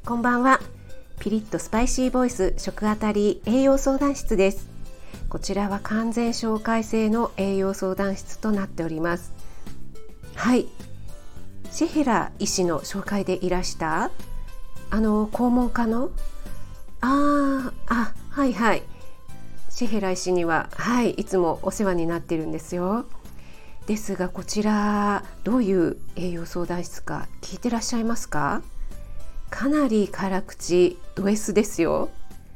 こんばんは。ピリッとスパイシーボイス食あたり栄養相談室です。こちらは完全紹介制の栄養相談室となっております。はい、シヘラ医師の紹介でいらした肛門科のはいはい、シヘラ医師には、いつもお世話になっているんですよ。ですがこちらどういう栄養相談室か聞いてらっしゃいますか？かなり辛口ド S ですよ。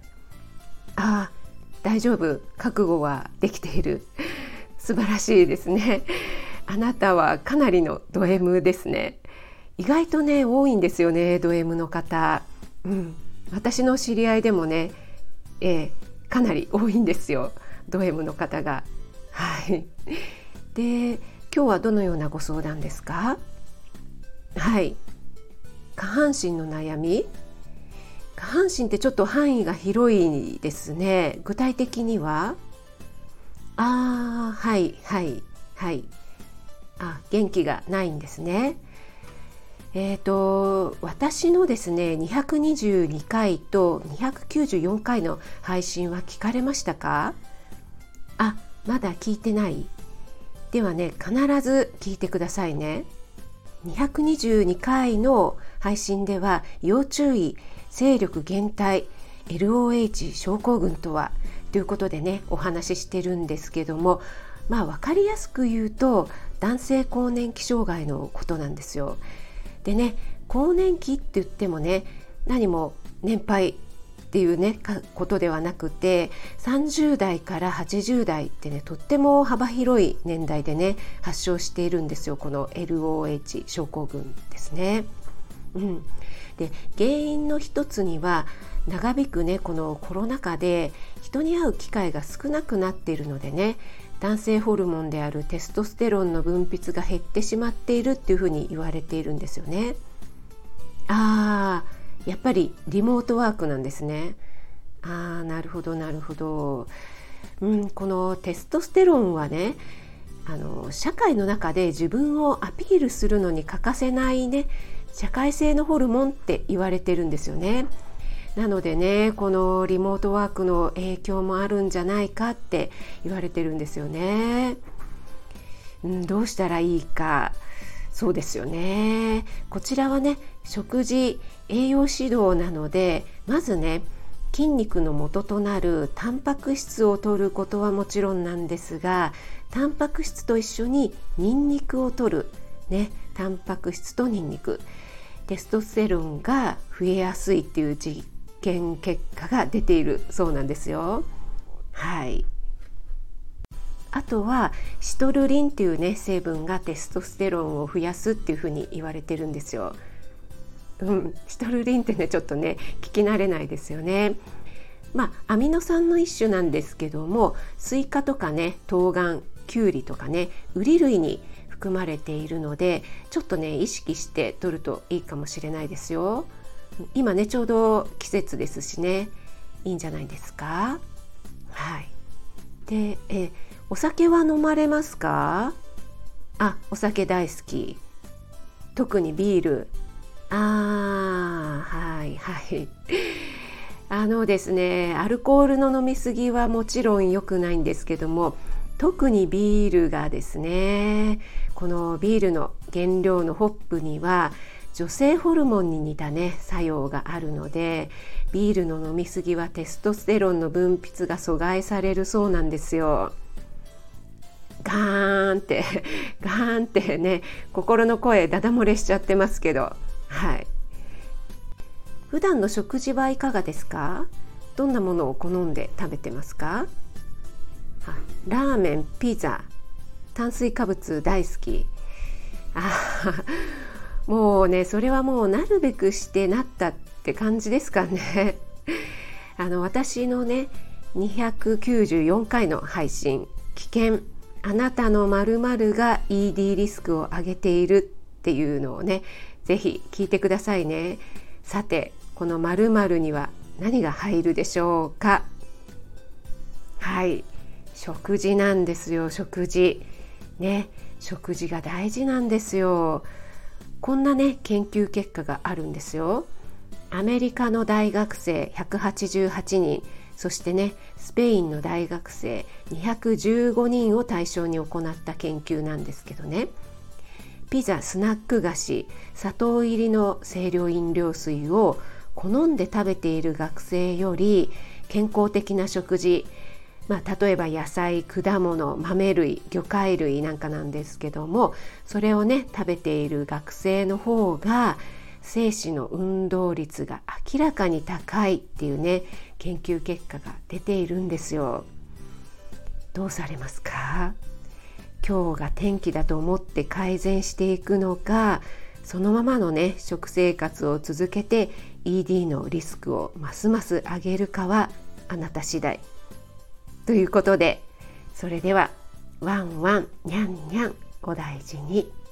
大丈夫、覚悟はできている。素晴らしいですね。あなたはかなりのド M ですね。意外とね多いんですよね、ド M の方。私の知り合いでもね、かなり多いんですよ、ド M の方が。で、今日はどのようなご相談ですか？下半身の悩み。下半身ってちょっと範囲が広いですね。具体的には元気がないんですね。私のですね222回と294回の配信は聞かれましたか？まだ聞いてない？ではね、必ず聞いてくださいね。222回の配信では要注意精力減退 LOH 症候群とはということでねお話ししてるんですけども、分かりやすく言うと男性更年期障害のことなんですよ。でね、更年期って言ってもね何も年配っていうねことではなくて、30代から80代ってねとっても幅広い年代でね発症しているんですよ、この LOH 症候群ですね。で、原因の一つには長引くねこのコロナ禍で人に会う機会が少なくなっているのでね、男性ホルモンであるテストステロンの分泌が減ってしまっているっていうふうに言われているんですよね。やっぱりリモートワークなんですね。なるほどなるほど。このテストステロンはね社会の中で自分をアピールするのに欠かせないね社会性のホルモンって言われてるんですよね。なのでね、このリモートワークの影響もあるんじゃないかって言われてるんですよね。どうしたらいいか。そうですよね。こちらはね食事栄養指導なので、まずね筋肉の元となるタンパク質を摂ることはもちろんなんですが、タンパク質と一緒にニンニクを摂るね、タンパク質とニンニク、テストステロンが増えやすいっていう実験結果が出ているそうなんですよ。あとはシトルリンっていうね成分がテストステロンを増やすっていうふうに言われてるんですよ。シトルリンってねちょっとね聞き慣れないですよね。アミノ酸の一種なんですけども、スイカとかね冬瓜、キュウリとかねウリ類に含まれているので、ちょっとね意識して摂るといいかもしれないですよ。今ねちょうど季節ですしね、いいんじゃないですか。で、お酒は飲まれますか？お酒大好き。特にビール。ですね、アルコールの飲み過ぎはもちろん良くないんですけども、特にビールがですね、このビールの原料のホップには女性ホルモンに似たね作用があるので、ビールの飲み過ぎはテストステロンの分泌が阻害されるそうなんですよ。ガーンってね心の声ダダ漏れしちゃってますけど、普段の食事はいかがですか？どんなものを好んで食べてますか？ラーメン、ピザ、炭水化物大好き。もうねそれはもうなるべくしてなったって感じですかね。私のね294回の配信、危険あなたの〇〇が ED リスクを上げているっていうのをねぜひ聞いてくださいね。さて、この〇〇には何が入るでしょうか？食事なんですよ。食事が大事なんですよ。こんなね研究結果があるんですよ。 アメリカの大学生188人、そしてねスペインの大学生215人を対象に行った研究なんですけどね、ピザ、スナック菓子、砂糖入りの清涼飲料水を好んで食べている学生より健康的な食事、例えば野菜、果物、豆類、魚介類なんかなんですけども、それをね食べている学生の方が精子の運動率が明らかに高いっていうね研究結果が出ているんですよ。どうされますか？今日が転機だと思って改善していくのか、そのままのね食生活を続けて ED のリスクをますます上げるかはあなた次第ということで、それではワンワンニャンニャンお大事に。